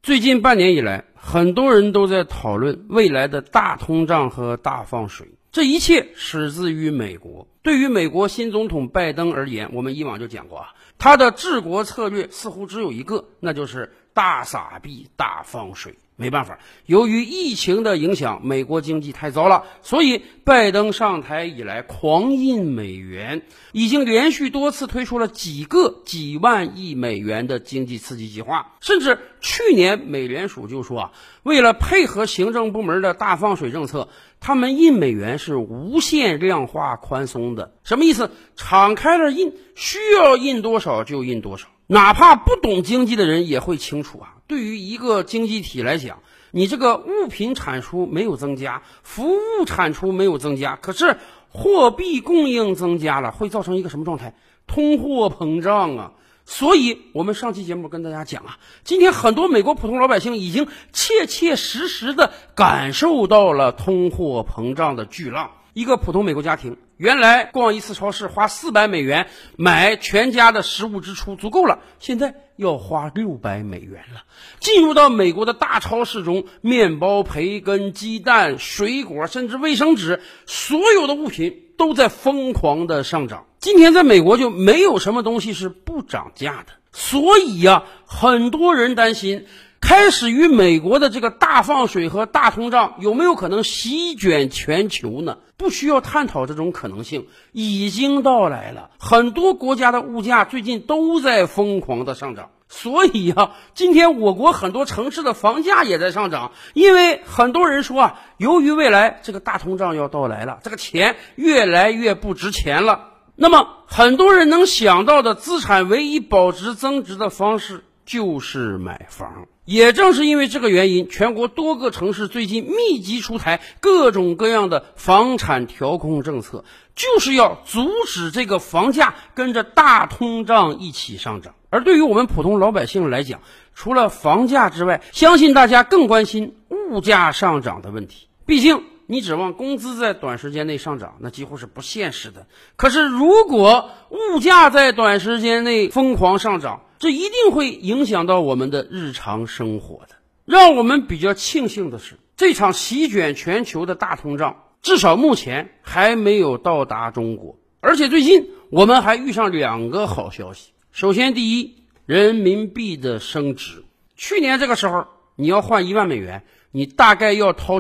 最近半年以来，很多人都在讨论未来的大通胀和大放水，这一切始自于美国。对于美国新总统拜登而言，我们以往就讲过他的治国策略似乎只有一个，那就是大撒币、大放水。没办法，由于疫情的影响，美国经济太糟了，所以拜登上台以来狂印美元，已经连续多次推出了几万亿美元的经济刺激计划。甚至去年美联储就说为了配合行政部门的大放水政策，他们印美元是无限量化宽松的。什么意思？敞开了印，需要印多少就印多少。哪怕不懂经济的人也会清楚对于一个经济体来讲，你这个物品产出没有增加，服务产出没有增加，可是货币供应增加了，会造成一个什么状态？通货膨胀所以我们上期节目跟大家讲今天很多美国普通老百姓已经切切实实的感受到了通货膨胀的巨浪。一个普通美国家庭原来逛一次超市花400美元买全家的食物支出足够了，现在要花600美元了。进入到美国的大超市中，面包、培根、鸡蛋、水果甚至卫生纸，所有的物品都在疯狂的上涨。今天在美国就没有什么东西是不涨价的，所以很多人担心开始于美国的这个大放水和大通胀有没有可能席卷全球呢？不需要探讨这种可能性，已经到来了。很多国家的物价最近都在疯狂的上涨，所以今天我国很多城市的房价也在上涨，因为很多人说由于未来这个大通胀要到来了，这个钱越来越不值钱了。那么很多人能想到的资产唯一保值增值的方式就是买房。也正是因为这个原因，全国多个城市最近密集出台各种各样的房产调控政策，就是要阻止这个房价跟着大通胀一起上涨。而对于我们普通老百姓来讲，除了房价之外，相信大家更关心物价上涨的问题。毕竟你指望工资在短时间内上涨，那几乎是不现实的。可是如果物价在短时间内疯狂上涨，这一定会影响到我们的日常生活的。让我们比较庆幸的是，这场席卷全球的大通胀至少目前还没有到达中国。而且最近我们还遇上2个好消息。首先第一，人民币的升值。去年这个时候你要换1万美元，你大概要掏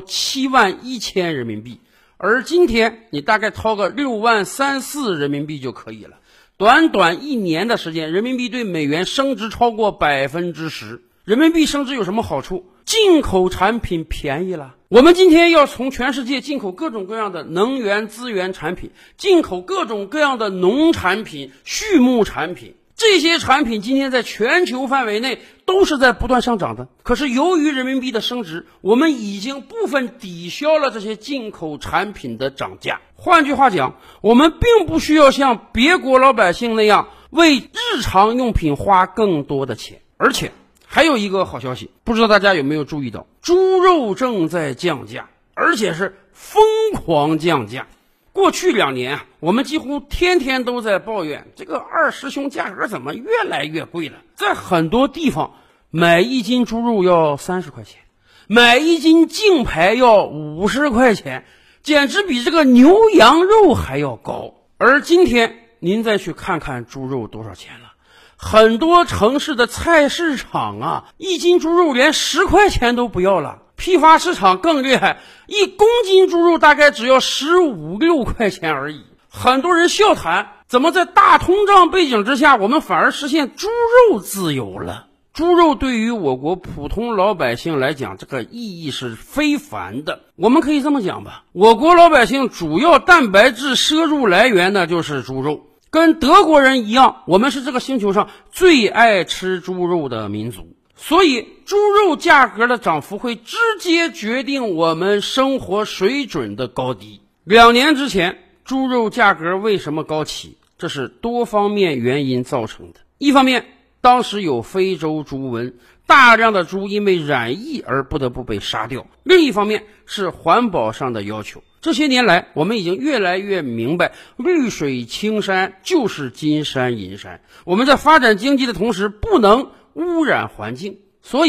71000人民币，而今天你大概掏个6.34万人民币就可以了。短短1年的时间，人民币对美元升值超过10%。人民币升值有什么好处？进口产品便宜了。我们今天要从全世界进口各种各样的能源资源产品，进口各种各样的农产品、畜牧产品，这些产品今天在全球范围内都是在不断上涨的。可是由于人民币的升值，我们已经部分抵消了这些进口产品的涨价。换句话讲，我们并不需要像别国老百姓那样为日常用品花更多的钱。而且还有一个好消息，不知道大家有没有注意到，猪肉正在降价，而且是疯狂降价。过去2年我们几乎天天都在抱怨这个二师兄价格怎么越来越贵了。在很多地方买1斤猪肉要30块钱，买1斤净排要50块钱，简直比这个牛羊肉还要高。而今天您再去看看猪肉多少钱了，很多城市的菜市场1斤猪肉连10块钱都不要了。批发市场更厉害，1公斤猪肉大概只要15-16块钱而已。很多人笑谈，怎么在大通胀背景之下，我们反而实现猪肉自由了。猪肉对于我国普通老百姓来讲，这个意义是非凡的。我们可以这么讲吧，我国老百姓主要蛋白质摄入来源呢就是猪肉。跟德国人一样，我们是这个星球上最爱吃猪肉的民族。所以猪肉价格的涨幅会直接决定我们生活水准的高低。2年之前，猪肉价格为什么高起？这是多方面原因造成的。一方面，当时有非洲猪瘟，大量的猪因为染疫而不得不被杀掉。另一方面是环保上的要求。这些年来，我们已经越来越明白，绿水青山就是金山银山。我们在发展经济的同时，不能污染环境。所以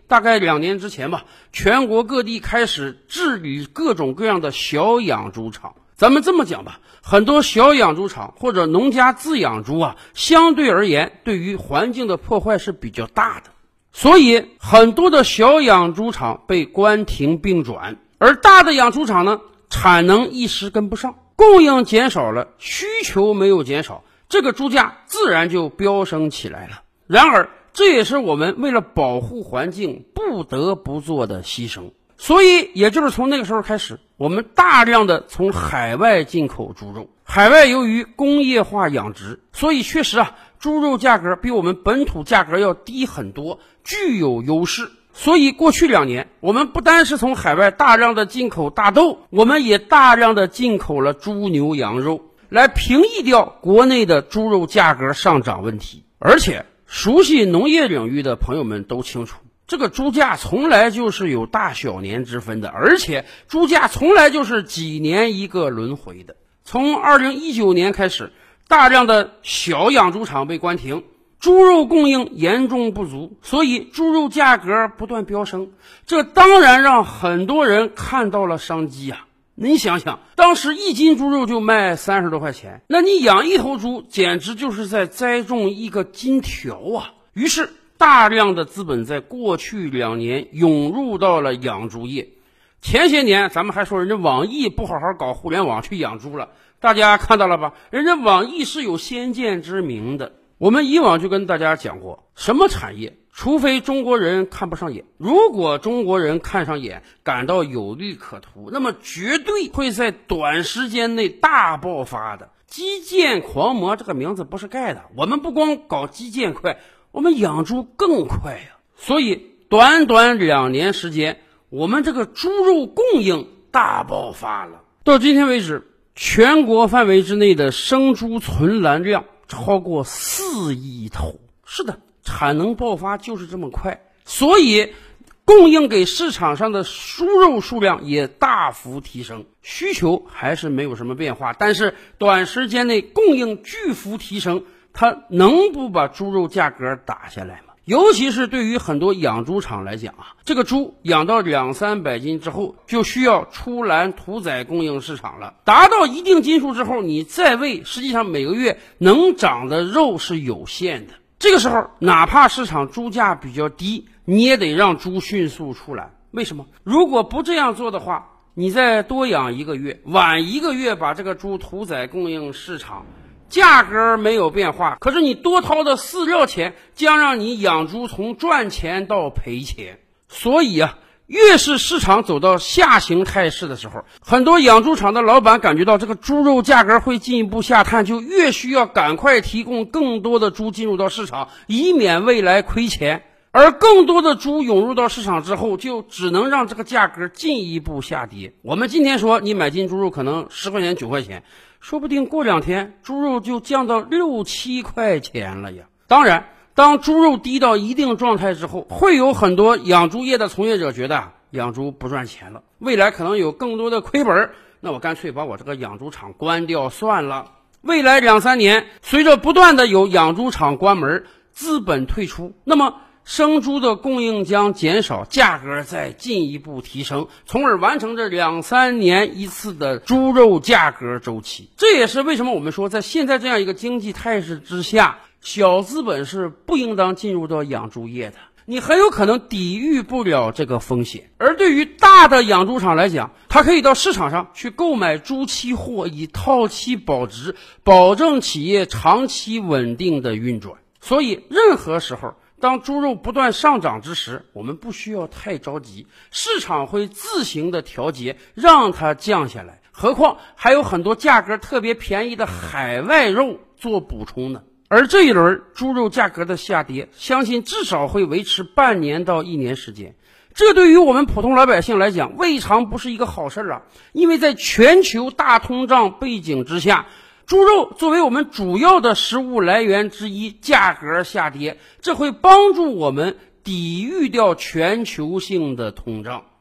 大概2年之前吧，全国各地开始治理各种各样的小养猪场。咱们这么讲吧，很多小养猪场或者农家自养猪相对而言对于环境的破坏是比较大的，所以很多的小养猪场被关停并转，而大的养猪场呢，产能一时跟不上，供应减少了，需求没有减少，这个猪价自然就飙升起来了。然而这也是我们为了保护环境不得不做的牺牲。所以也就是从那个时候开始，我们大量的从海外进口猪肉。海外由于工业化养殖，所以确实猪肉价格比我们本土价格要低很多，具有优势。所以过去2年，我们不单是从海外大量的进口大豆，我们也大量的进口了猪牛羊肉，来平抑掉国内的猪肉价格上涨问题。而且熟悉农业领域的朋友们都清楚，这个猪价从来就是有大小年之分的，而且猪价从来就是几年一个轮回的。从2019年开始，大量的小养猪场被关停，猪肉供应严重不足，所以猪肉价格不断飙升，这当然让很多人看到了商机你想想，当时1斤猪肉就卖30多块钱，那你养一头猪简直就是在栽种一个金条于是大量的资本在过去2年涌入到了养猪业。前些年咱们还说人家网易不好好搞互联网去养猪了，大家看到了吧？人家网易是有先见之明的。我们以往就跟大家讲过，什么产业除非中国人看不上眼，如果中国人看上眼，感到有利可图，那么绝对会在短时间内大爆发的。基建狂魔这个名字不是盖的，我们不光搞基建快，我们养猪更快所以短短2年时间，我们这个猪肉供应大爆发了。到今天为止，全国范围之内的生猪存栏量超过4亿头。是的，产能爆发就是这么快，所以供应给市场上的猪肉数量也大幅提升，需求还是没有什么变化，但是短时间内供应巨幅提升，它能不把猪肉价格打下来吗？尤其是对于很多养猪场来讲这个猪养到200-300斤之后，就需要出栏屠宰供应市场了。达到一定斤数之后，你再喂，实际上每个月能长的肉是有限的。这个时候，哪怕市场猪价比较低，你也得让猪迅速出栏。为什么？如果不这样做的话，你再多养1个月，晚1个月把这个猪屠宰供应市场，价格没有变化，可是你多掏的饲料钱将让你养猪从赚钱到赔钱。所以越是市场走到下行态势的时候，很多养猪场的老板感觉到这个猪肉价格会进一步下探，就越需要赶快提供更多的猪进入到市场，以免未来亏钱。而更多的猪涌入到市场之后，就只能让这个价格进一步下跌。我们今天说你买斤猪肉可能10块钱9块钱，说不定过2天猪肉就降到6-7块钱了呀。当然当猪肉低到一定状态之后，会有很多养猪业的从业者觉得养猪不赚钱了，未来可能有更多的亏本，那我干脆把我这个养猪场关掉算了。未来2-3年，随着不断的有养猪场关门，资本退出，那么生猪的供应将减少，价格再进一步提升，从而完成这2-3年一次的猪肉价格周期。这也是为什么我们说在现在这样一个经济态势之下，小资本是不应当进入到养猪业的，你很有可能抵御不了这个风险。而对于大的养猪场来讲，它可以到市场上去购买猪期货，以套期保值，保证企业长期稳定的运转。所以任何时候当猪肉不断上涨之时，我们不需要太着急，市场会自行的调节，让它降下来。何况还有很多价格特别便宜的海外肉做补充呢。而这一轮猪肉价格的下跌，相信至少会维持半年到1年时间。这对于我们普通老百姓来讲，未尝不是一个好事因为在全球大通胀背景之下，猪肉作为我们主要的食物来源之一，价格下跌，这会帮助我们抵御掉全球性的通胀。